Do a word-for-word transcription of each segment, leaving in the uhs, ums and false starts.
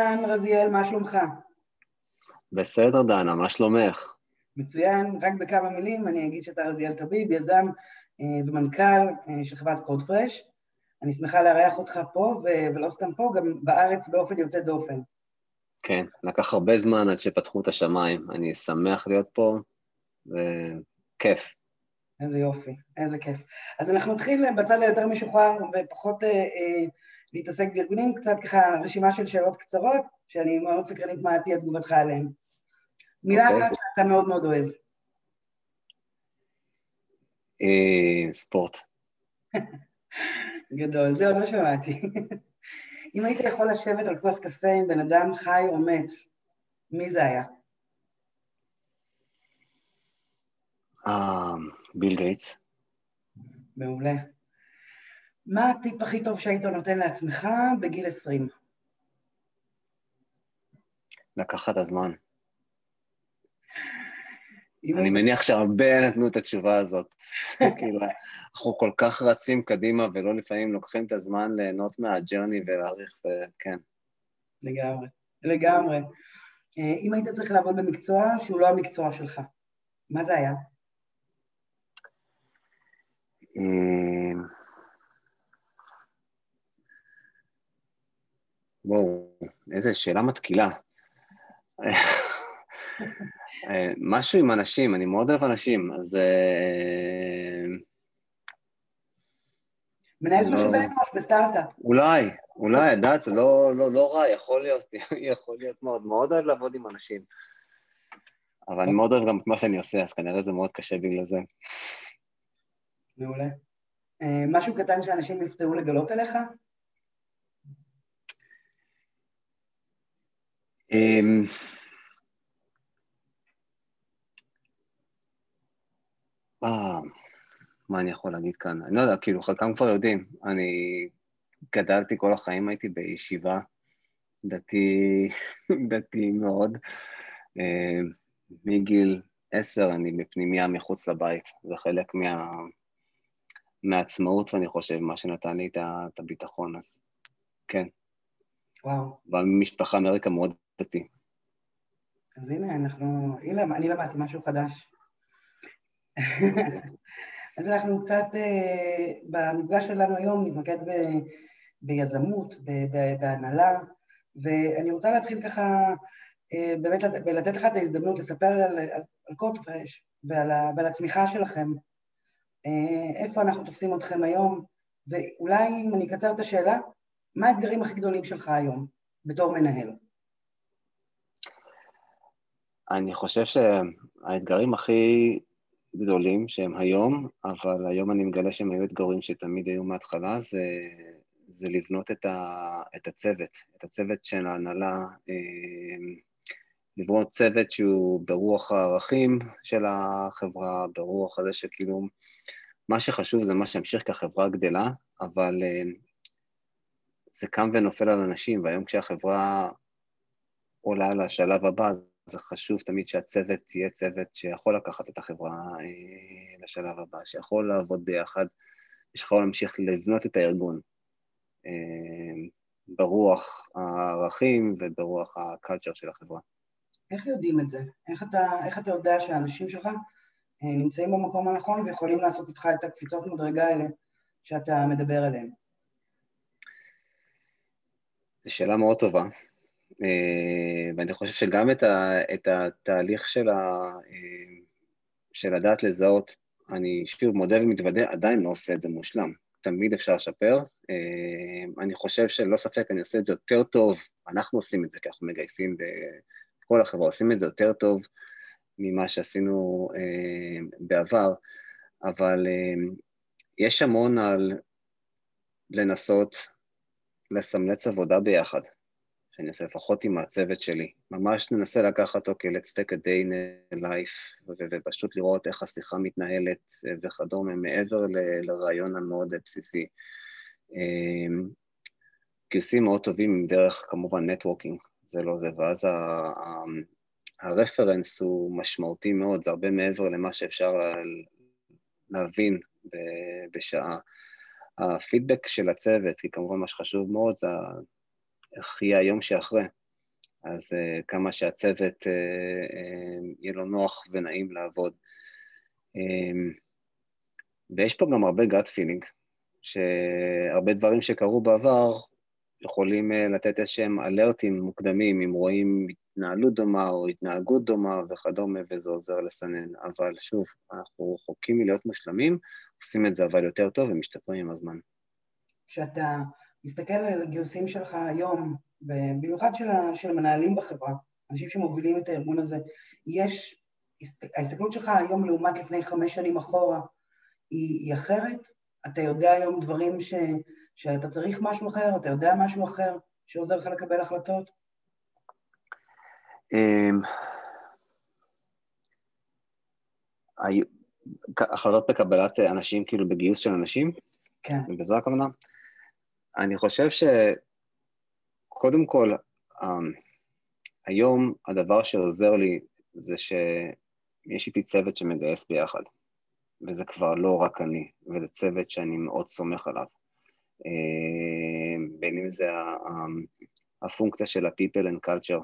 אהלן רזיאל, מה שלומך? בסדר, דנה, מה שלומך? מצוין, רק בכמה מילים אני אגיד שאתה רזיאל טביב, יזם אה, ומנכ"ל אה, של חברת קודפרש. אני שמחה לארח אותך פה, ו- ולא סתם פה, גם בארץ באופן יוצא דופן. כן, לקח הרבה זמן עד שפתחו את השמיים. אני שמח להיות פה, וכיף. איזה יופי, איזה כיף. אז אנחנו נתחיל בצד היותר משוחרר ופחות אה, אה, להתעסק בארגונים, קצת ככה רשימה של שאלות קצרות, שאני מאוד סקרנית מה תהיה תגובתך עליהן. מילה אוקיי. אחת שאתה מאוד מאוד אוהב. אה, ספורט. גדול, זה עוד לא שמעתי. אם היית יכול לשבת על כוס קפה עם בן אדם חי או מת, מי זה היה? אה, ביל גייטס. מעולה. מה הטיפ הכי טוב שהיית נותן לעצמך בגיל עשרים? לקחת הזמן. אם אני היית... מניח שהרבה נתנו את התשובה הזאת. כאילו, אנחנו כל כך רצים קדימה, ולא לפעמים לוקחים את הזמן ליהנות מהג'רני ולהעריך, וכן. לגמרי, לגמרי. אה, אם היית צריך לעבוד במקצוע שהוא לא המקצוע שלך, מה זה היה? אה, וואו, איזו שאלה מתקילה. אה, משהו עם אנשים, אני מאוד אוהב אנשים, אז... אה, מנהל לא, משאבי אנוש בסטארט-אפ. אולי, אולי, דעת, זה לא, לא, לא רע, יכול להיות, יכול להיות מאוד, מאוד אוהב לעבוד עם אנשים. אבל אני מאוד אוהב גם את מה שאני עושה, אז כנראה זה מאוד קשה בגלל זה. מעולה. אה, משהו קטן שאנשים יפתעו לגלות עליך? אמ, אה, מה אני יכול להגיד כאן? אני לא יודע, כאילו, חלקם כבר יודעים. אני גדלתי כל החיים, הייתי בישיבה, דתי, דתי מאוד. אמ, מגיל עשר אני בפנימיה מחוץ לבית. זה חלק מה, מהעצמאות, ואני חושב, מה שנתן לי את ה- את הביטחון, אז כן. וואו. במשפחה מאמריקה מאוד דתי. אז הנה, אנחנו... הנה, אני למדתי משהו חדש. אז אנחנו קצת, אה, במפגש שלנו היום נתמקד ב, ביזמות, ב, ב, בהנהלה, ואני רוצה להתחיל ככה, אה, באמת לת, ולתת לך את ההזדמנות לספר על, על, על קודפרש ועל, ה- ועל הצמיחה שלכם, אה, איפה אנחנו תופסים אתכם היום, ואולי אם אני אקצר את השאלה, מה האתגרים הכי גדולים שלך היום, בתור מנהל? אני חושב שהאתגרים הכי גדולים שהם היום, אבל היום אני מגלה שהם היו אתגרים שתמיד היו מההתחלה, זה, זה לבנות את, ה, את הצוות, את הצוות של ההנהלה, אה, לבנות צוות שהוא ברוח הערכים של החברה, ברוח הזה שכאילו, מה שחשוב זה מה שהמשיך כחברה גדלה, אבל אה, זה קם ונופל על אנשים, והיום כשהחברה עולה לשלב הבא, זה חשוב תמיד שהצוות תהיה צוות שיכול לקחת את החברה אה, לשלב הבא, שיכול לעבוד ביחד, שיכול להמשיך לבנות את הארגון אה, ברוח הערכים וברוח הקלצ'ר של החברה. איך יודעים את זה? איך אתה, איך אתה יודע שהאנשים שלך אה, נמצאים במקום הנכון ויכולים לעשות איתך את הקפיצות מדרגה האלה שאתה מדבר עליהן? זו שאלה מאוד טובה, אה, ואני חושב שגם את, ה, את התהליך של, ה, אה, של לדעת לזהות, אני שוב מודה ומתוודה, עדיין לא עושה את זה מושלם. תמיד אפשר לשפר. אני חושב שלא ספק, אני עושה את זה יותר טוב, אנחנו עושים את זה, כי אנחנו מגייסים בכל החברה, עושים את זה יותר טוב ממה שעשינו בעבר, אבל יש המון על לנסות לסמלץ עבודה ביחד, שאני עושה לפחות עם הצוות שלי. ממש ננסה לקחת, אוקיי, let's take a day in life, ופשוט לראות איך השיחה מתנהלת וכדומה, מעבר ל- לרעיון המאוד בסיסי. גיוסים מאוד טובים דרך, כמובן, נטוורקינג, זה לא זה, ואז ה- הרפרנס הוא משמעותי מאוד, זה הרבה מעבר למה שאפשר להבין בשעה. הפידבק של הצוות, כי כמובן מה שחשוב מאוד, זה איך יהיה היום שאחרי. אז uh, כמה שהצוות uh, uh, יהיה לו נוח ונעים לעבוד. Um, ויש פה גם הרבה gut feeling, שהרבה דברים שקרו בעבר יכולים uh, לתת איזשהם אלרטים מוקדמים, אם רואים התנהלות דומה או התנהגות דומה וכדומה, וזה עוזר לסנן. אבל שוב, אנחנו רחוקים מלהיות מושלמים, עושים את זה אבל יותר טוב ומשתפרים עם הזמן. כשאתה מסתכל על הגיוסים שלך היום, במיוחד של, של מנהלים בחברה, אנשים שמובילים את הארגון הזה, יש, ההסתכלות שלך היום לעומת לפני חמש שנים אחורה, היא, היא אחרת? אתה יודע היום דברים ש, שאתה צריך משהו אחר, אתה יודע משהו אחר שעוזר לך לקבל החלטות? החלטות בקבלת אנשים, כאילו בגיוס של אנשים? כן. ובזו הכוונה? אני חושב שקודם כל, היום הדבר שעוזר לי זה שיש איתי צוות שמגייס ביחד, וזה כבר לא רק אני, וזה צוות שאני מאוד סומך עליו. בין אם זה הפונקציה של ה-people and culture,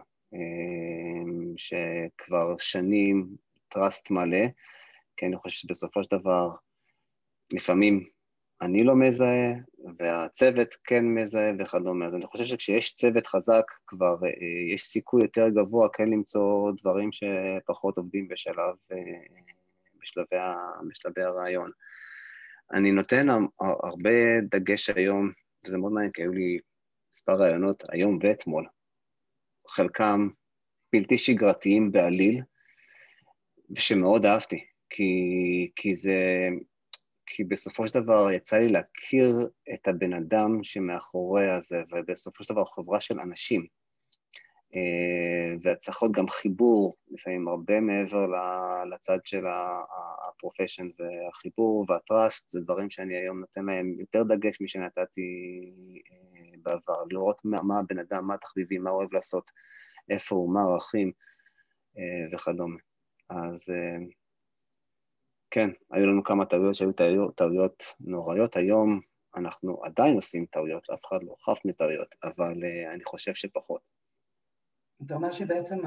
שכבר שנים trust מלא, כי אני חושב שבסופו של דבר, לפעמים אני לא מזהה, והצוות כן מזהה וכדומה. אז אני חושב שכשיש צוות חזק, כבר יש סיכוי יותר גבוה כן למצוא דברים שפחות עובדים בשלב, בשלבי, בשלבי הרעיון. אני נותן הרבה דגש היום, וזה מאוד מעניין, כי היו לי מספר רעיונות היום ואתמול, חלקם בלתי שגרתיים בעליל, ושמאוד אהבתי, כי, כי זה, כי בסופו של דבר יצא לי להכיר את הבן אדם שמאחורי הזה, ובסופו של דבר חברה של אנשים, והצריכות גם חיבור, לפעמים הרבה מעבר לצד של הפרופשן, והחיבור והטראסט, זה דברים שאני היום נותן להם יותר דגש משנתתי בעבר, לראות מה, מה הבן אדם, מה התחביבים, מה הוא אוהב לעשות, איפה הוא, מה הערכים וכדומה. אז כן, היו לנו כמה טעויות שהיו טעויות, טעויות נוראיות, היום אנחנו עדיין עושים טעויות, אף אחד לא חף מטעויות, אבל אני חושב שפחות. אתה אומר שבעצם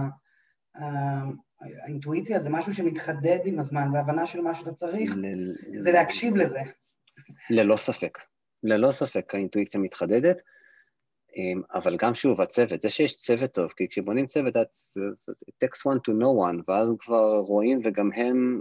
האינטואיציה זה משהו שמתחדד עם הזמן, וההבנה של מה שאתה צריך זה להקשיב לזה. ללא ספק, ללא ספק האינטואיציה מתחדדת, אבל גם שוב הצוות, זה שיש צוות טוב, כי כשבונים צוות, it takes one to know one, ואז כבר רואים וגם הם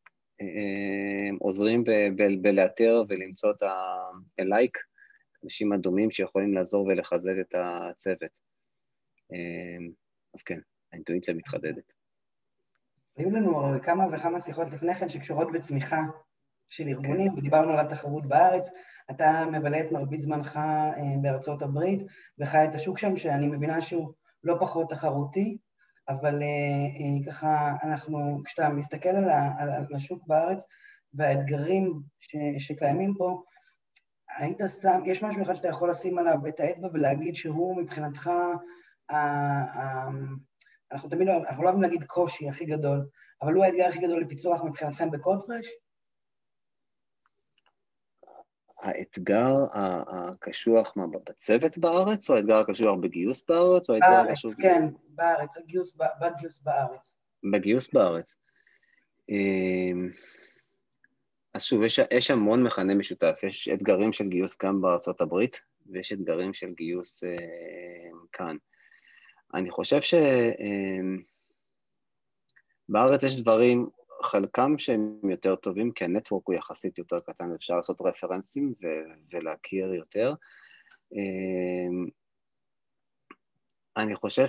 עוזרים בלאתר ולמצוא את הלייק, אנשים הדומים שיכולים לעזור ולחזק את הצוות. אז כן, האינטואיציה מתחדדת. היו לנו כמה וכמה שיחות לפני כן שקשורות בצמיחה של ארגונים, ודיברנו על התחרות בארץ. אתה מבלה את מרבית זמנך בארצות הברית, וחי את השוק שם, שאני מבינה שהוא לא פחות תחרותי, אבל ככה אנחנו, כשאתה מסתכל על, על, על השוק בארץ והאתגרים ש, שקיימים פה, היית שם, יש משהו אחד שאתה יכול לשים עליו את האצבע ולהגיד שהוא מבחינתך, אנחנו תמיד לא, אנחנו לא אוהבים להגיד קושי הכי גדול, אבל הוא האתגר הכי גדול לפיצוח מבחינתכם בקודפרש? האתגר הקשוח בצוות בארץ, או האתגר הקשוח בגיוס בארץ, או האתגר הקשוח... כן, בארץ, הגיוס, בגיוס בארץ. בגיוס בארץ. אז שוב, יש, יש המון מכנה משותף, יש אתגרים של גיוס גם בארצות הברית, ויש אתגרים של גיוס אה, כאן. אני חושב שבארץ יש דברים, חלקם שהם יותר טובים, כי הנטוורק הוא יחסית יותר קטן, אפשר לעשות רפרנסים ו- ולהכיר יותר. אני חושב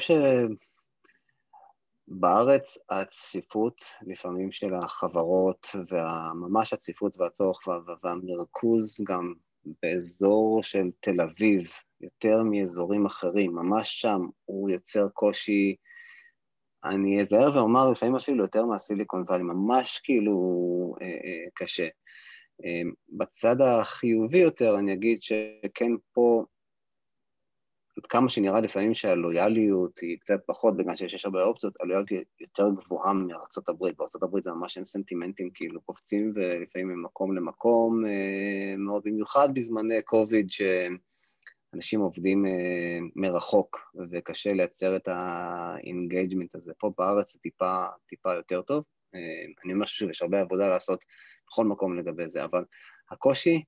שבארץ הצפיפות לפעמים של החברות, וממש הצפיפות והצורך והמרכוז גם באזור של תל אביב, יותר מאזורים אחרים, ממש שם הוא יוצר קושי, אני אזהר ואומר לפעמים אפילו יותר מהסיליקון ואלי, ממש כאילו אה, אה, קשה. אה, בצד החיובי יותר אני אגיד שכן פה, עד כמה שנראה לפעמים שהלויאליות היא קצת פחות, בגלל שיש הרבה אופציות, הלויאליות היא יותר גבוהה מארצות הברית, בארצות הברית זה ממש אין סנטימנטים כאילו קופצים, ולפעמים ממקום למקום, אה, מאוד במיוחד בזמני קוביד ש... אנשים עובדים מרחוק, וקשה לייצר את ה-engagement הזה. פה בארץ זה טיפה, טיפה יותר טוב. אני אומר ששוב, יש הרבה עבודה לעשות בכל מקום לגבי זה, אבל הקושי,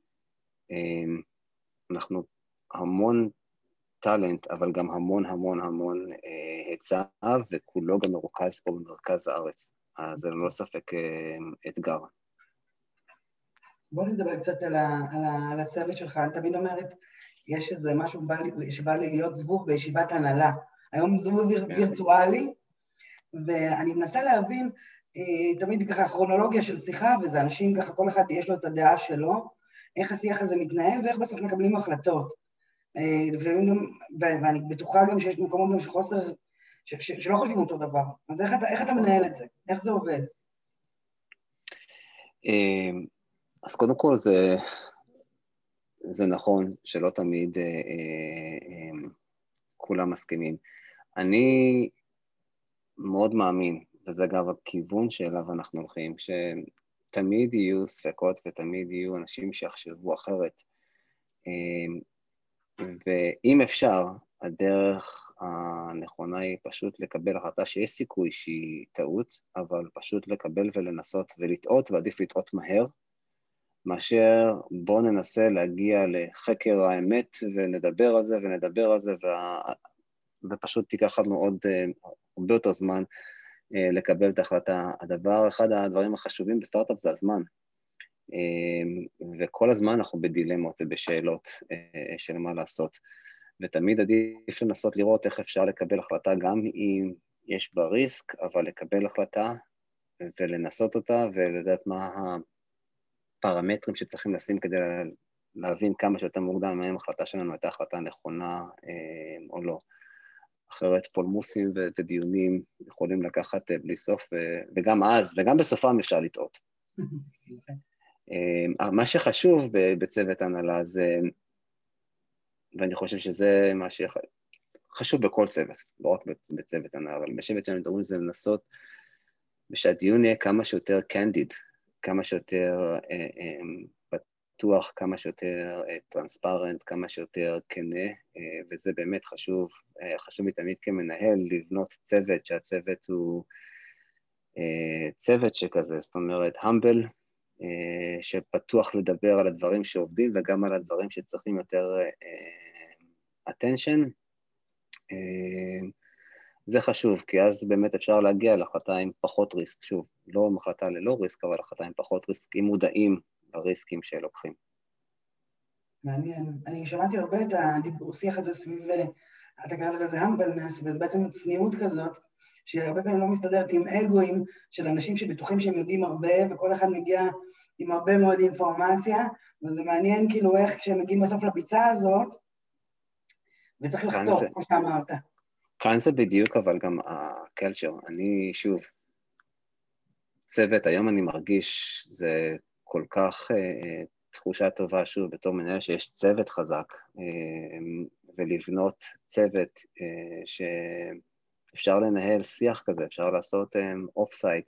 אנחנו המון טלנט, אבל גם המון המון המון היצע, וכולו גם מרוכז פה במרכז הארץ. אז זה לא ספק אתגר. בוא נדבר קצת על, ה, על, ה, על הצוות שלך. אני תמיד אומרת, יש איזה משהו בא לי, שבא לי להיות זבוב בישיבת הנהלה. היום זבוב כן. וירטואלי, ואני מנסה להבין, תמיד ככה כרונולוגיה של שיחה, וזה אנשים ככה, כל אחד יש לו את הדעה שלו, איך השיח הזה מתנהל, ואיך בסוף מקבלים החלטות. ואני בטוחה גם שיש מקומות גם שחוסר, ש, ש, שלא חושבים אותו דבר. אז איך אתה, איך אתה מנהל את זה? איך זה עובד? אז קודם כל זה, זה נכון שלא תמיד אה, אה, כולם מסכימים. אני מאוד מאמין, וזה גם הכיוון שאליו אנחנו הולכים, שתמיד יהיו ספקות ותמיד יהיו אנשים שיחשבו אחרת. ואם אפשר, הדרך הנכונה היא פשוט לקבל החלטה שיש סיכוי שהיא טעות, אבל פשוט לקבל ולנסות ולטעות, ועדיף לטעות מהר, מאשר בוא ננסה להגיע לחקר האמת ונדבר על זה ונדבר על זה, וה... ופשוט תיקח לנו עוד הרבה יותר זמן לקבל את ההחלטה. הדבר, אחד הדברים החשובים בסטארט-אפ זה הזמן, וכל הזמן אנחנו בדילמות ובשאלות של מה לעשות, ותמיד עדיף לנסות לראות איך אפשר לקבל החלטה גם אם יש בה ריסק, אבל לקבל החלטה ולנסות אותה ולדעת מה הפרמטרים שצריכים לשים כדי להבין כמה שיותר מוקדם האם ההחלטה שלנו הייתה החלטה נכונה או לא. אחרת פולמוסים ודיונים יכולים לקחת בלי סוף, וגם אז, וגם בסופם אפשר לטעות. מה שחשוב בצוות הנהלה זה, ואני חושב שזה מה שחשוב בכל צוות, לא רק בצוות הנהלה, אבל בשבט שאני מדברים זה לנסות, ושהדיון יהיה כמה שיותר קנדיד, כמה שיותר פתוח, כמה שיותר טרנספרנט, כמה שיותר כנה, וזה באמת חשוב. חשוב לי תמיד כמנהל לבנות צוות, שהצוות הוא צוות שכזה, זאת אומרת, humble, שפתוח לדבר על הדברים שעובדים, וגם על הדברים שצריכים יותר attention. זה חשוב, כי אז באמת אפשר להגיע להחלטה עם פחות ריסק, שוב, לא החלטה ללא ריסק, אבל החלטה עם פחות ריסק, עם מודעים לריסקים שלוקחים. מעניין. אני שמעתי הרבה את השיח הזה סביב, אתה קראת לזה המבלנס, וזה בעצם צניעות כזאת, שהרבה פעמים לא מסתדרת עם אגואים של אנשים שבטוחים שהם יודעים הרבה, וכל אחד מגיע עם הרבה מאוד אינפורמציה, וזה מעניין כאילו איך כשהם מגיעים בסוף לביצה הזאת, וצריך לחתוך, כמו שאמרת. כאן זה בדיוק, אבל גם הקלצ'ר. אני שוב, צוות, היום אני מרגיש, זה כל כך אה, תחושה טובה, שוב, בתור מנהל שיש צוות חזק, אה, ולבנות צוות אה, שאפשר לנהל שיח כזה, אפשר לעשות אוף-סייט,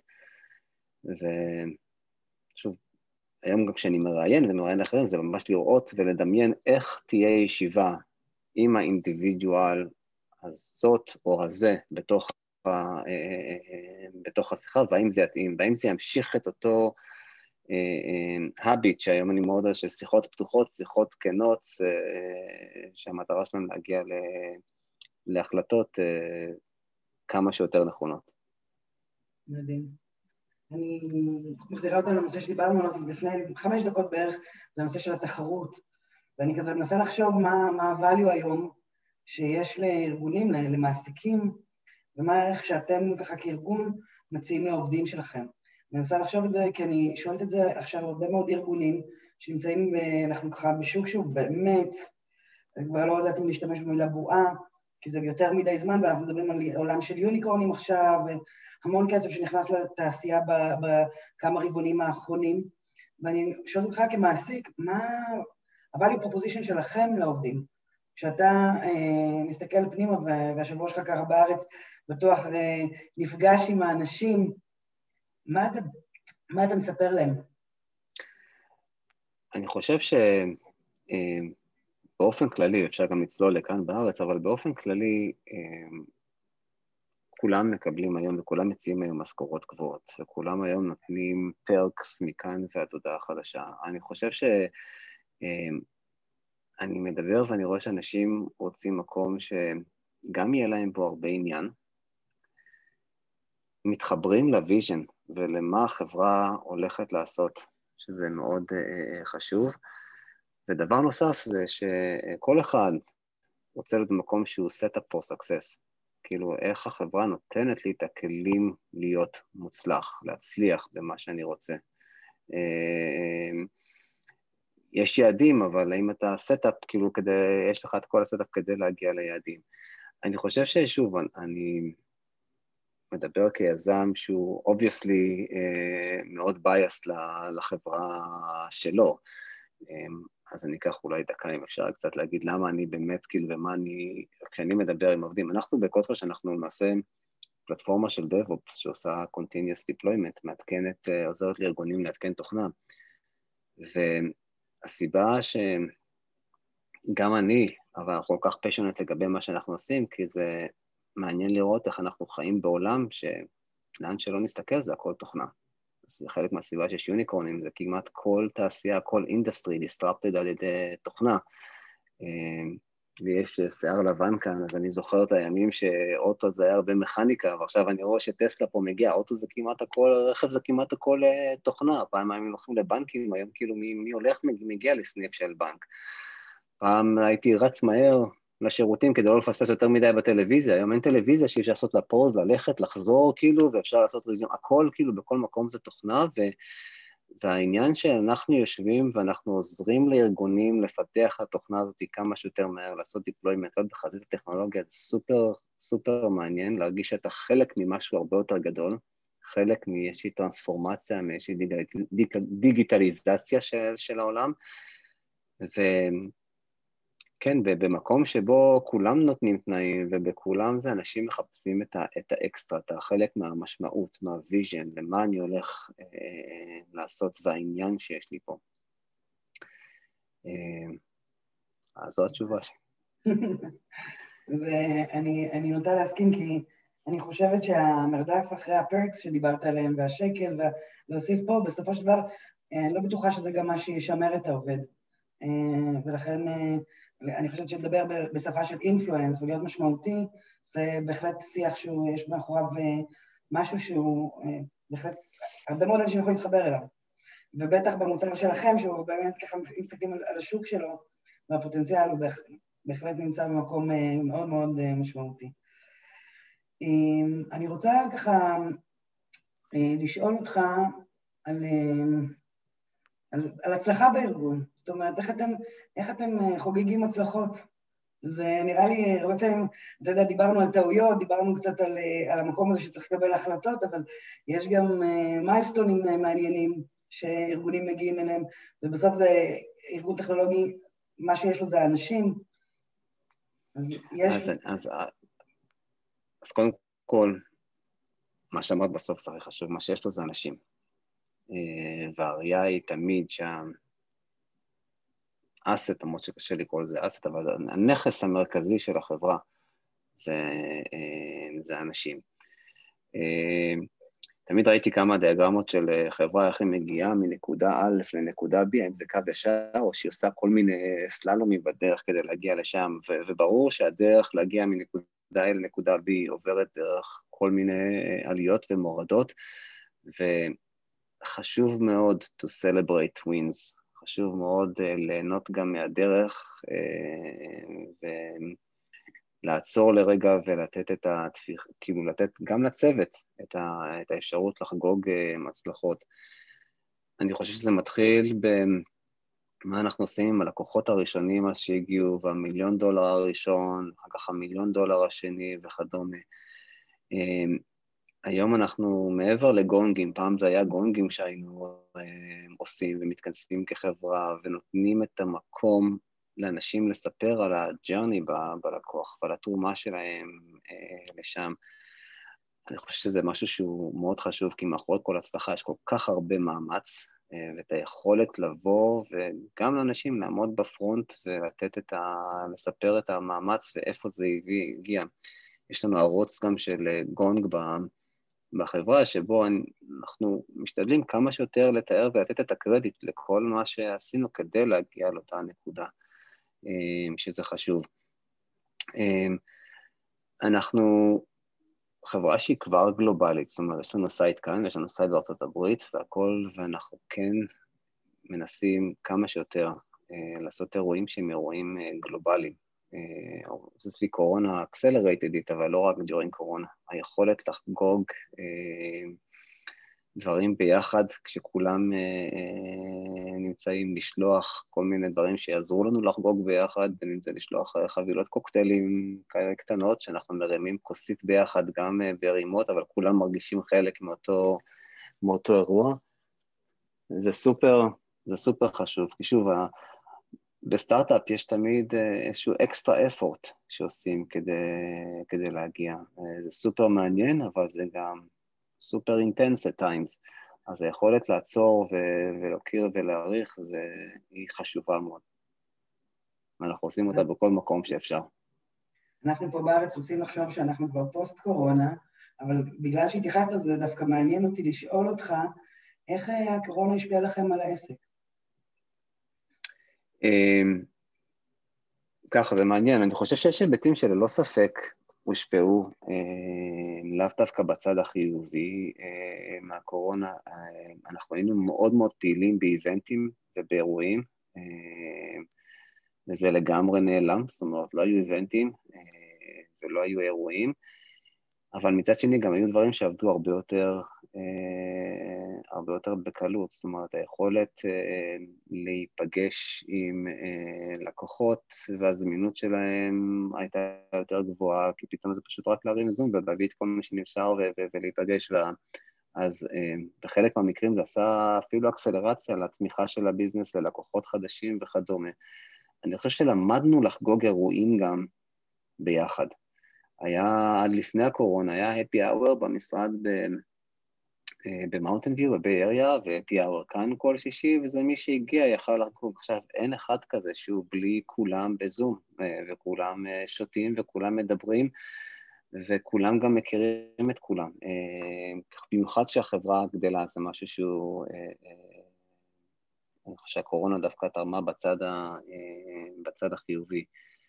ושוב, היום גם כשאני מראיין ומראיין לאחרים, זה ממש לראות ולדמיין איך תהיה ישיבה עם האינדיבידואל הזאת או הזה בתוך, ה, בתוך השיחה, והאם זה יתאים, והאם זה ימשיך את אותו הביט, שהיום אני מאוד אוהב של שיחות פתוחות, שיחות כנות, שהמטרה שלנו להגיע להחלטות כמה שיותר נכונות. מדהים. אני מחזירה אותנו לנושא שדיברנו עליו לפני חמש דקות בערך, זה הנושא של התחרות, ואני כזה מנסה לחשוב מה, מה הvalue היום שיש לארגונים, למעסיקים, ומה הערך שאתם ככה כארגון מציעים לעובדים שלכם. אני מנסה לחשוב את זה, כי אני שואלת את זה עכשיו הרבה מאוד ארגונים, שנמצאים, אנחנו ככה בשוק שהוא באמת, אני כבר לא יודעת אם להשתמש במילה בועה, כי זה יותר מדי זמן, ואנחנו מדברים על עולם של יוניקורנים עכשיו, המון כסף שנכנס לתעשייה בכמה רבעונים האחרונים, ואני שואלת אותך כמעסיק, מה ה-value proposition שלכם לעובדים? כשאתה אה, מסתכל פנימה, והשבוע שלך ככה בארץ, בטוח אה, נפגש עם האנשים, מה אתה, מה אתה מספר להם? אני חושב ש... אה, באופן כללי, אפשר גם לצלול לכאן בארץ, אבל באופן כללי, כולם מקבלים היום וכולם מציעים היום משכורות גבוהות, וכולם היום נותנים פרקס מכאן ועד הודעה חדשה. אני חושב שאני מדבר ואני רואה שאנשים רוצים מקום שגם יהיה להם פה הרבה עניין, מתחברים לוויז'ן ולמה החברה הולכת לעשות, שזה מאוד uh, חשוב. ודבר נוסף זה שכל אחד רוצה להיות במקום שהוא set up for success. כאילו, איך החברה נותנת לי את הכלים להיות מוצלח, להצליח במה שאני רוצה. יש יעדים, אבל האם אתה סטאפ, כאילו, כדי, יש לך את כל הסטאפ כדי להגיע ליעדים. אני חושב ששוב, אני מדבר כיזם שהוא obviously מאוד biased לחברה שלו, אז אני אקח אולי דקה אם אפשר קצת להגיד למה אני באמת, כאילו, ומה אני, כשאני מדבר עם עובדים, אנחנו בקוטרה שאנחנו נעשה פלטפורמה של DevOps שעושה Continuous Deployment, מעדכנת, עוזרת לארגונים לעדכן תוכנה, והסיבה שגם אני, אבל אנחנו כל כך passionate לגבי מה שאנחנו עושים, כי זה מעניין לראות איך אנחנו חיים בעולם שלאן שלא נסתכל זה הכל תוכנה. זה חלק מהסיבה שיש יוניקורנים, זה כמעט כל תעשייה, כל אינדסטרי, דיסטרפטד על ידי תוכנה. ויש שיער לבן כאן, אז אני זוכר את הימים שאוטו זה היה הרבה מכניקה, ועכשיו אני רואה שטסלה פה מגיע, אוטו זה כמעט הכל, רכב זה כמעט הכל תוכנה, פעם היינו הולכים לבנקים, היום כאילו מי, מי הולך מגיע לסניף של בנק. פעם הייתי רץ מהר לשירותים כדי לא לפספס יותר מדי בטלוויזיה, היום אין טלוויזיה שאפשר לעשות לה פוז, ללכת, לחזור כאילו, ואפשר לעשות ריזיון, הכל כאילו בכל מקום זה תוכנה, ו... והעניין שאנחנו יושבים ואנחנו עוזרים לארגונים לפתח את התוכנה הזאת כמה שיותר מהר, לעשות דיפלוימנט, להיות בחזית הטכנולוגיה, זה סופר סופר מעניין, להרגיש שאתה חלק ממשהו הרבה יותר גדול, חלק מאיזושהי טרנספורמציה, מאיזושהי דיג... דיגיטליזציה של, של העולם, ו... כן, במקום שבו כולם נותנים תנאים, ובכולם זה אנשים מחפשים את, ה, את האקסטרה, את החלק מהמשמעות, מהוויז'ן, למה אני הולך אה, לעשות, והעניין שיש לי פה. אה, אז זו התשובה שלי. ואני אני נוטה להסכים, כי אני חושבת שהמרדף אחרי הפרקס שדיברת עליהם, והשקל, ולהוסיף פה, בסופו של דבר, אני לא בטוחה שזה גם מה שישמר את העובד. ולכן אני חושבת שלדבר בשפה של אינפלואנס ולהיות משמעותי, זה בהחלט שיח שיש מאחוריו משהו שהוא בהחלט, הרבה מאוד אנשים יכולים להתחבר אליו. ובטח במוצר שלכם, שהוא באמת ככה מסתכלים על השוק שלו, והפוטנציאל הוא בהחלט נמצא במקום מאוד מאוד משמעותי. אני רוצה ככה לשאול אותך על... על, על הצלחה בארגון, זאת אומרת, איך אתם, איך אתם חוגגים הצלחות? זה נראה לי, הרבה פעמים, אתה יודע, דיברנו על טעויות, דיברנו קצת על, על המקום הזה שצריך לקבל החלטות, אבל יש גם מיילסטונים מעניינים שארגונים מגיעים אליהם, ובסוף זה ארגון טכנולוגי, מה שיש לו זה אנשים, אז יש... אז, אז, אז קודם כל, מה שאמרת בסוף זה חשוב, מה שיש לו זה אנשים. והראייה היא תמיד שהאסט, למרות שקשה לקרוא לזה אסט, אבל הנכס המרכזי של החברה זה, זה אנשים. תמיד ראיתי כמה דיאגרמות של חברה, איך היא מגיעה מנקודה א' לנקודה B, האם זה קו ישר, או שהיא עושה כל מיני סללומים בדרך כדי להגיע לשם, וברור שהדרך להגיע מנקודה A לנקודה B עוברת דרך כל מיני עליות ומורדות, ו... חשוב מאוד to celebrate wins, חשוב מאוד uh, ליהנות גם מהדרך, uh, ולעצור לרגע ולתת את התפיח, כאילו לתת גם לצוות את, ה, את האפשרות לחגוג uh, מצלחות. אני חושב שזה מתחיל במה אנחנו עושים עם הלקוחות הראשונים שהגיעו, והמיליון דולר הראשון, אחר כך המיליון דולר השני וכדומה. Uh, היום אנחנו מעבר לגונגים, פעם זה היה גונגים שהיינו אה, עושים ומתכנסים כחברה ונותנים את המקום לאנשים לספר על הג'רני ב- בלקוח ועל התרומה שלהם אה, לשם. אני חושב שזה משהו שהוא מאוד חשוב, כי מאחורי כל הצלחה יש כל כך הרבה מאמץ, ואת היכולת לבוא, וגם לאנשים לעמוד בפרונט ולתת את ה... לספר את המאמץ ואיפה זה הביא, הגיע. יש לנו ערוץ גם של גונג בחברה, שבו אנחנו משתדלים כמה שיותר לתאר ולתת את הקרדיט לכל מה שעשינו כדי להגיע לאותה נקודה, שזה חשוב. אנחנו חברה שהיא כבר גלובלית, זאת אומרת, יש לנו סייט כאן, יש לנו סייט בארצות הברית והכל, ואנחנו כן מנסים כמה שיותר לעשות אירועים שהם אירועים גלובליים. זה סביב קורונה accelerated it, אבל לא רק during קורונה. היכולת לחגוג דברים ביחד, כשכולם נמצאים לשלוח כל מיני דברים שיעזרו לנו לחגוג ביחד, בין אם זה לשלוח חבילות קוקטיילים כאלה קטנות, שאנחנו מרימים כוסית ביחד גם ברימות, אבל כולם מרגישים חלק מאותו, מאותו אירוע. זה סופר, זה סופר חשוב, כי שוב, בסטארט-אפ יש תמיד איזשהו אקסטרה אפורט שעושים כדי, כדי להגיע. זה סופר מעניין, אבל זה גם סופר אינטנס at times. אז היכולת לעצור ו- ולהוקיר ולהעריך, זה, היא חשובה מאוד. ואנחנו עושים אותה בכל מקום שאפשר. אנחנו פה בארץ עושים לחשוב שאנחנו כבר פוסט-קורונה, אבל בגלל שהתייחסת לזה, דווקא מעניין אותי לשאול אותך, איך הקורונה השפיעה לכם על העסק? ככה, זה מעניין. אני חושב שיש היבטים שללא ספק הושפעו, לאו דווקא בצד החיובי מהקורונה. אנחנו היינו מאוד מאוד פעילים באיבנטים ובאירועים, וזה לגמרי נעלם, זאת אומרת, לא היו איבנטים ולא היו אירועים, אבל מצד שני גם היו דברים שעבדו הרבה יותר, הרבה יותר בקלות, זאת אומרת, היכולת להיפגש עם לקוחות והזמינות שלהם הייתה יותר גבוהה, כי פתאום זה פשוט רק להרים זום ולהביא את כל מי שנפשר ולהיפגש, אז בחלק מהמקרים זה עשה אפילו אקסלרציה לצמיחה של הביזנס, ללקוחות חדשים וכדומה. אני חושב שלמדנו לחגוג אירועים גם ביחד. היה, עד לפני הקורונה, היה happy hour במשרד במאונטן ויו, בביי אריה, ו-happy hour כאן כל שישי, וזה מי שהגיע יכל לחגוג. עכשיו, אין אחד כזה שהוא בלי כולם בזום, וכולם שותים וכולם מדברים, וכולם גם מכירים את כולם. במיוחד שהחברה גדלה, זה משהו שהוא, אני חושב שהקורונה דווקא תרמה בצד, ה, בצד החיובי.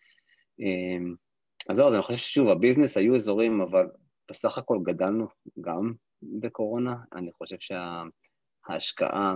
אז זהו, אז אני חושב ששוב, הביזנס היו אזורים, אבל בסך הכל גדלנו גם בקורונה. אני חושב שההשקעה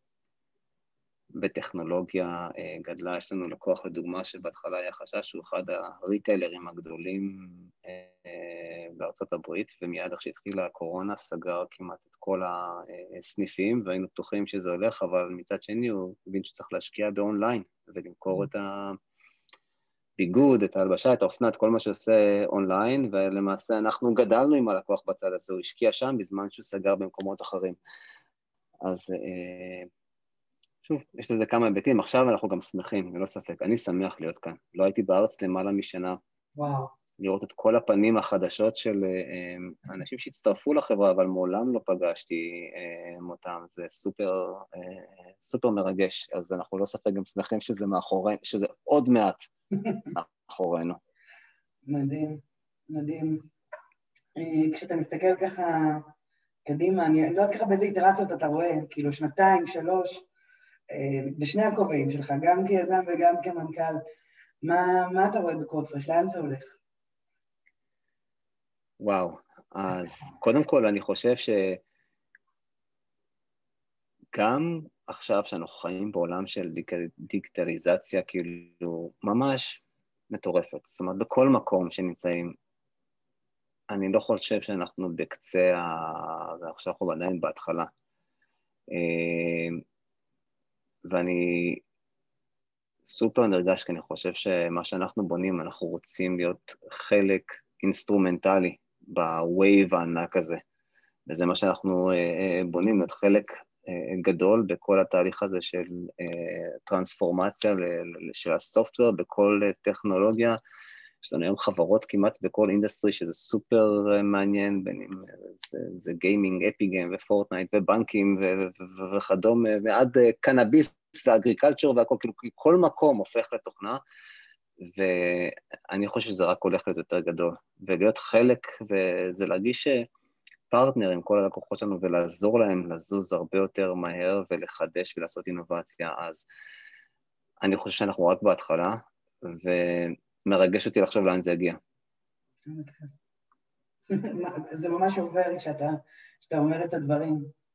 בטכנולוגיה גדלה. יש לנו לקוח לדוגמה שבהתחלה היה חשש שהוא אחד הריטיילרים הגדולים בארצות הברית, ומיד איך שהתחילה הקורונה סגר כמעט את כל הסניפים, והיינו בטוחים שזה הולך, אבל מצד שני הוא הבין שצריך להשקיע באונליין ולמכור את ה... ביגוד, את ההלבשה, את האופנה, את כל מה שעושה אונליין, ולמעשה אנחנו גדלנו עם הלקוח בצד הזה, הוא השקיע שם בזמן שהוא סגר במקומות אחרים. אז שוב, יש לזה כמה היבטים, עכשיו אנחנו גם שמחים, ולא ספק, אני שמח להיות כאן. לא הייתי בארץ למעלה משנה. וואו. לראות את כל הפנים החדשות של אנשים שהצטרפו לחברה, אבל מעולם לא פגשתי אותם, זה סופר, סופר מרגש, אז אנחנו לא ספק גם שמחים שזה מאחורי, שזה עוד מעט מאחורינו. מדהים, מדהים. כשאתה מסתכל ככה קדימה, אני לא יודעת ככה באיזה איטרציות אתה רואה, כאילו שנתיים, שלוש, בשני הכובעים שלך, גם כיזם וגם כמנכ"ל, מה, מה אתה רואה בקורדפרש? לאן זה הולך? וואו, אז קודם כל אני חושב שגם עכשיו שאנחנו חיים בעולם של דיגיטליזציה, כאילו ממש מטורפת, זאת אומרת בכל מקום שנמצאים, אני לא חושב שאנחנו בקצה, זה עכשיו אנחנו עדיין בהתחלה, ואני סופר נרגש, כי אני חושב שמה שאנחנו בונים, אנחנו רוצים להיות חלק אינסטרומנטלי בווייב הענק הזה, וזה מה שאנחנו בונים, להיות חלק גדול בכל התהליך הזה של טרנספורמציה של הסופטוור, בכל טכנולוגיה יש לנו היום חברות כמעט בכל אינדסטרי, שזה סופר מעניין, בין אם זה, זה גיימינג, אפי גיים ופורטנייט ובנקים ו- ו- וכדומה, ועד קנאביס ואגריקלצ'ר והכל, כאילו כל מקום הופך לתוכנה, ואני חושב שזה רק הולך להיות יותר גדול, ולהיות חלק, וזה להרגיש פרטנר עם כל הלקוחות שלנו, ולעזור להם לזוז הרבה יותר מהר, ולחדש ולעשות אינובציה, אז אני חושב שאנחנו רק בהתחלה, ומרגש אותי לחשוב לאן זה יגיע. זה ממש עובר כשאתה, כשאתה אומר את הדברים.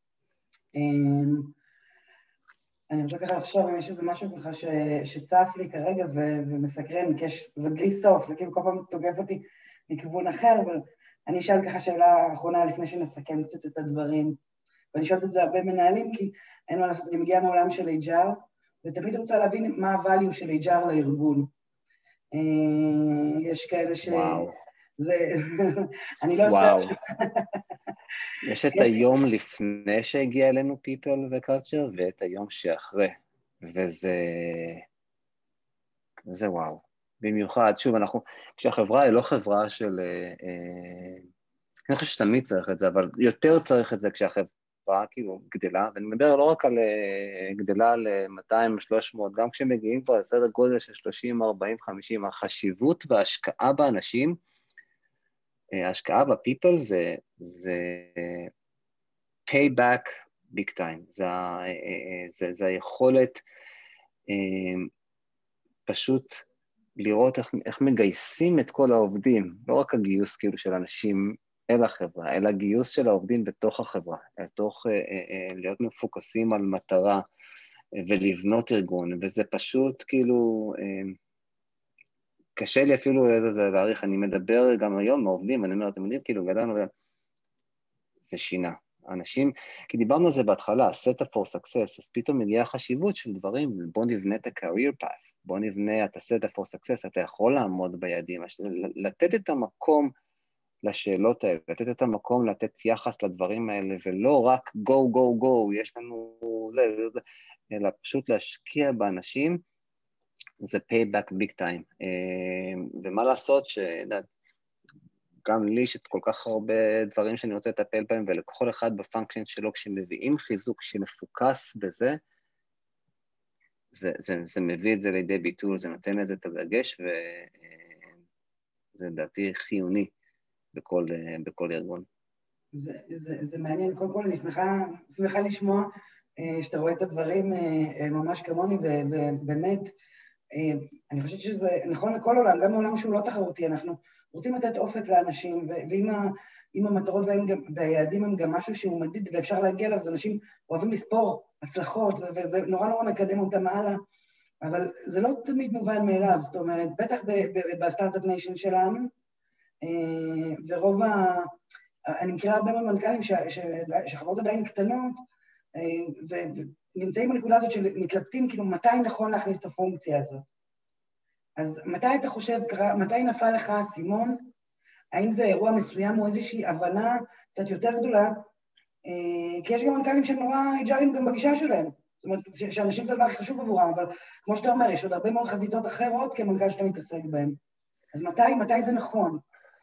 אני רוצה ככה לחשוב אם יש איזה משהו ככה ש, שצף לי כרגע ו, ומסקרן, כי יש, זה בלי סוף, זה כאילו כל פעם תוגף אותי מכיוון אחר, אבל אני אשאל ככה שאלה האחרונה לפני שנסכם קצת את הדברים, ואני שואלת את זה הרבה מנהלים, כי אין מה לעשות, אני מגיעה מעולם של אייץ' אר, ותמיד רוצה להבין מה הvalue של אייץ' אר לארגון. יש כאלה ש... וואו. זה... אני לא וואו. סתם... יש את היום לפני שהגיע אלינו people ו-culture, ואת היום שאחרי, וזה... זה וואו. במיוחד, שוב, אנחנו... כשהחברה היא לא חברה של... אני חושב שתמיד צריך את זה, אבל יותר צריך את זה כשהחברה כאילו גדלה, ואני מדבר לא רק על גדלה ל-מאתיים שלוש מאות, גם כשמגיעים כבר לסדר גודל של שלושים, ארבעים, חמישים, החשיבות וההשקעה באנשים, ההשקעה בפיפל זה, זה payback big time, זה, זה, זה היכולת פשוט לראות איך, איך מגייסים את כל העובדים, לא רק הגיוס כאילו של אנשים אל החברה, אלא גיוס של העובדים בתוך החברה, לתוך, להיות מפוקסים על מטרה ולבנות ארגון, וזה פשוט כאילו, קשה לי אפילו להעריך, אני מדבר גם היום מעובדים, אני אומר, אתם יודעים, כאילו גדלנו, זה שינה. אנשים, כי דיברנו על זה בהתחלה, set up for success, אז פתאום מגיעה חשיבות של דברים, בוא נבנה את ה-career path, בוא נבנה את ה-set up for success, אתה יכול לעמוד ביעדים, לתת את המקום לשאלות האלה, לתת את המקום, לתת יחס לדברים האלה, ולא רק go, go, go, יש לנו זה, זה, אלא פשוט להשקיע באנשים, זה payback big time. ומה לעשות שדעת, גם לי יש כל כך הרבה דברים שאני רוצה לטפל בהם, ולכל אחד בפונקשן שלו, כשמביאים חיזוק שמפוקס בזה, זה, זה, זה מביא את זה לידי ביטול, זה נותן לזה את הדגש, וזה לדעתי חיוני בכל, בכל ארגון. זה, זה, זה מעניין, קודם כל אני שמחה, שמחה לשמוע שאתה רואה את הדברים ממש כמוני, ובאמת, אני חושבת שזה נכון לכל עולם, גם לעולם שהוא לא תחרותי, אנחנו רוצים לתת אופק לאנשים, ואם המטרות והיעדים הם גם משהו שהוא מדיד ואפשר להגיע אליו, אז אנשים אוהבים לספור הצלחות, וזה נורא נורא מקדם אותם מעלה, אבל זה לא תמיד מובן מאליו, זאת אומרת, בטח בסטארט-אפ ניישן שלנו, ורוב ה... אני מכירה הרבה מנכ"לים שחברות עדיין קטנות, ונמצאים בנקודה הזאת שמתלבטים, כאילו, מתי נכון להכניס את הפונקציה הזאת. אז מתי אתה חושב, מתי נפל לך האסימון? האם זה אירוע מסוים או איזושהי הבנה קצת יותר גדולה? כי יש גם מנכ"לים שהם נורא אג'יילים גם בגישה שלהם. זאת אומרת, שאנשים זה דבר הכי חשוב עבורם, אבל כמו שאתה אומר, יש עוד הרבה מאוד חזיתות אחרות כמנכ"ל שאתה מתעסק בהן. אז מתי, מתי זה נכון?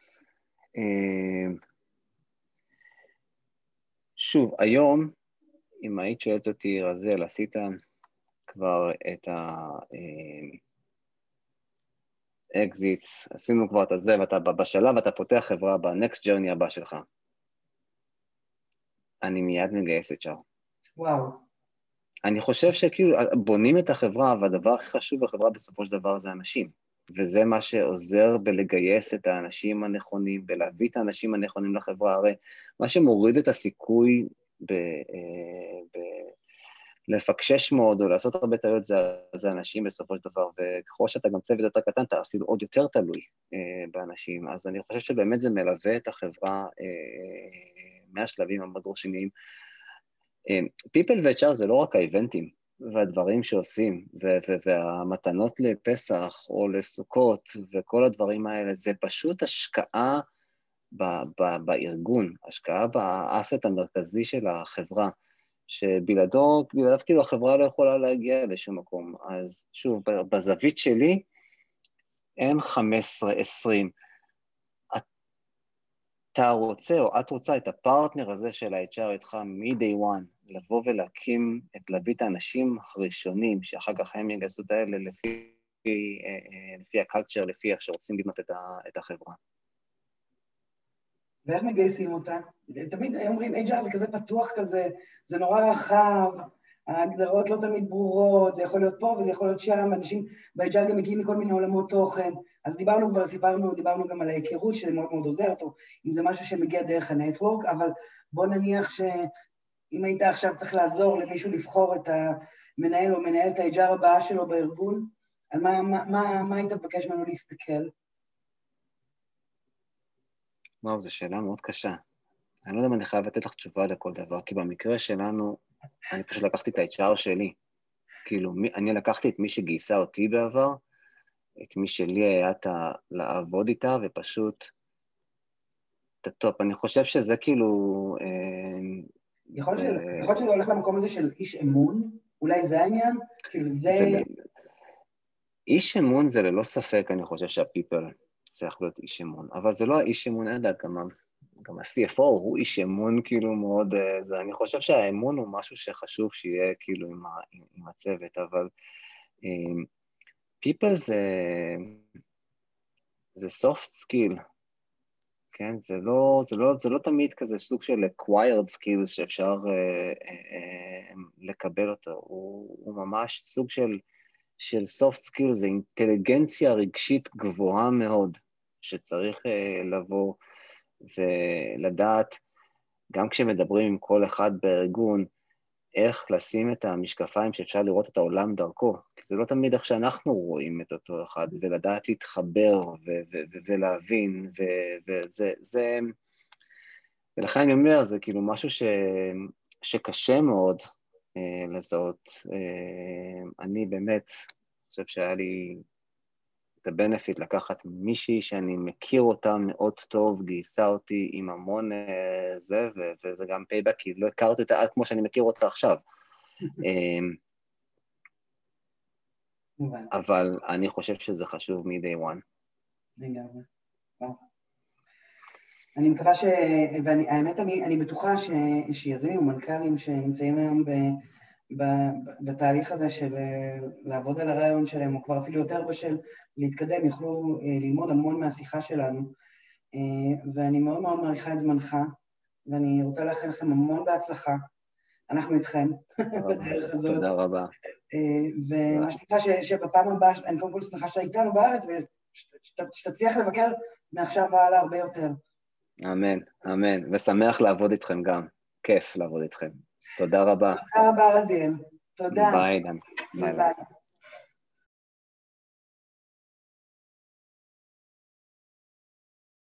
שוב, היום, אם היית שואלת אותי, רזל, עשית כבר את האקזיט, עשינו כבר את זה, ואתה בשלב, אתה פותח חברה בנקסט ג'רני הבא שלך. אני מיד מגייס את שאר. וואו. אני חושב שכאילו, בונים את החברה, והדבר הכי חשוב בחברה בסופו של דבר זה אנשים. וזה מה שעוזר בלגייס את האנשים הנכונים, ולהביא את האנשים הנכונים לחברה. הרי מה שמוריד את הסיכוי ב, ב, לפקשש מאוד, או לעשות הרבה טעויות, זה, זה אנשים בסופו של דבר, וככל שאתה גם צוות יותר קטן, אתה אפילו עוד יותר תלוי באנשים. אז אני חושב שבאמת זה מלווה את החברה מהשלבים המאוד ראשוניים. People ו-אייץ' אר זה לא רק האיבנטים, והדברים שעושים, והמתנות לפסח או לסוכות, וכל הדברים האלה, זה פשוט השקעה בארגון, השקעה באסט המרכזי של החברה, שבלעדו, בלעדיו כאילו החברה לא יכולה להגיע לשום מקום. אז שוב, בזווית שלי, אין חמש עשרה עשרים. אתה רוצה או את רוצה את הפרטנר הזה של ה-אייץ' אר איתך מ-day one, לבוא ולהקים, את להביא את האנשים הראשונים, שאחר כך הם יגייסו את האלה לפי, לפי הקלצ'ר, לפי איך שרוצים לבנות את, ה, את החברה. ואיך מגייסים אותה? תמיד אומרים, אייץ' אר זה כזה פתוח כזה, זה נורא רחב, ההגדרות לא תמיד ברורות, זה יכול להיות פה וזה יכול להיות שם, אנשים ב-אייץ' אר גם מגיעים מכל מיני עולמות תוכן, אז דיברנו כבר, סיפרנו, דיברנו גם על ההיכרות, שזה מאוד מאוד עוזר אותו, אם זה משהו שמגיע דרך הנטוורק, אבל בוא נניח שאם היית עכשיו צריך לעזור למישהו לבחור את המנהל או מנהלת ה-אייץ' אר הבאה שלו בארגון, על מה, מה, מה, מה היית מבקש ממנו להסתכל? וואו, זו שאלה מאוד קשה. אני לא יודע אם אני חייב לתת לך תשובה לכל דבר, כי במקרה שלנו, אני פשוט לקחתי את ה-אייץ' אר שלי. כאילו, אני לקחתי את מי שגייסה אותי בעבר, את מי שלי היה את לעבוד איתה, ופשוט את הטופ. אני חושב שזה כאילו... יכול להיות שזה הולך למקום הזה של איש אמון, אולי זה העניין? כאילו זה... איש אמון זה ללא ספק, אני חושב שהפיפל צריך להיות איש אמון, אבל זה לא האיש אמון, אין דעת, גם, גם ה-סי אף או הוא איש אמון כאילו מאוד, זה, אני חושב שהאמון הוא משהו שחשוב שיהיה כאילו עם, ה, עם, עם הצוות, אבל פיפל זה, זה soft skill, כן? זה לא, זה לא, זה לא תמיד כזה סוג של acquired skills שאפשר uh, uh, uh, לקבל אותו, הוא, הוא ממש סוג של של soft skills, זה אינטליגנציה רגשית גבוהה מאוד, שצריך uh, לבוא ולדעת, גם כשמדברים עם כל אחד בארגון, איך לשים את המשקפיים שאפשר לראות את העולם דרכו, כי זה לא תמיד איך שאנחנו רואים את אותו אחד, ולדעת להתחבר ו- ו- ו- ולהבין, ו- וזה, זה, ולכן אני אומר, זה כאילו משהו ש- שקשה מאוד uh, לזהות. Uh, אני באמת, חושב שהיה לי את הבנפיט לקחת מישהי שאני מכיר אותה מאוד טוב, גייסה אותי עם המון זה, וזה גם פייבק, כי לא הכרתי אותה עד כמו שאני מכיר אותה עכשיו. אבל אני חושב שזה חשוב מ-day one. לגמרי. אני מקווה ש... והאמת, אני, אני בטוחה ש... שיזמים ומנכ"לים שנמצאים היום ב... בתהליך הזה של לעבוד על הרעיון שלהם, או כבר אפילו יותר בשל להתקדם, יוכלו ללמוד המון מהשיחה שלנו, ואני מאוד מאוד מעריכה את זמנך, ואני רוצה לאחל לכם המון בהצלחה. אנחנו איתכם בדרך הזאת. תודה רבה. ומה שנקרא שבפעם הבאה, אני קודם כל שמחה שאתה איתנו בארץ, ושתצליח לבקר מעכשיו והלאה הרבה יותר. אמן, אמן, ושמח לעבוד איתכם גם. כיף לעבוד איתכם. תודה רבה. תודה רבה, רזיאל. תודה. ביי, דן. ביי ביי.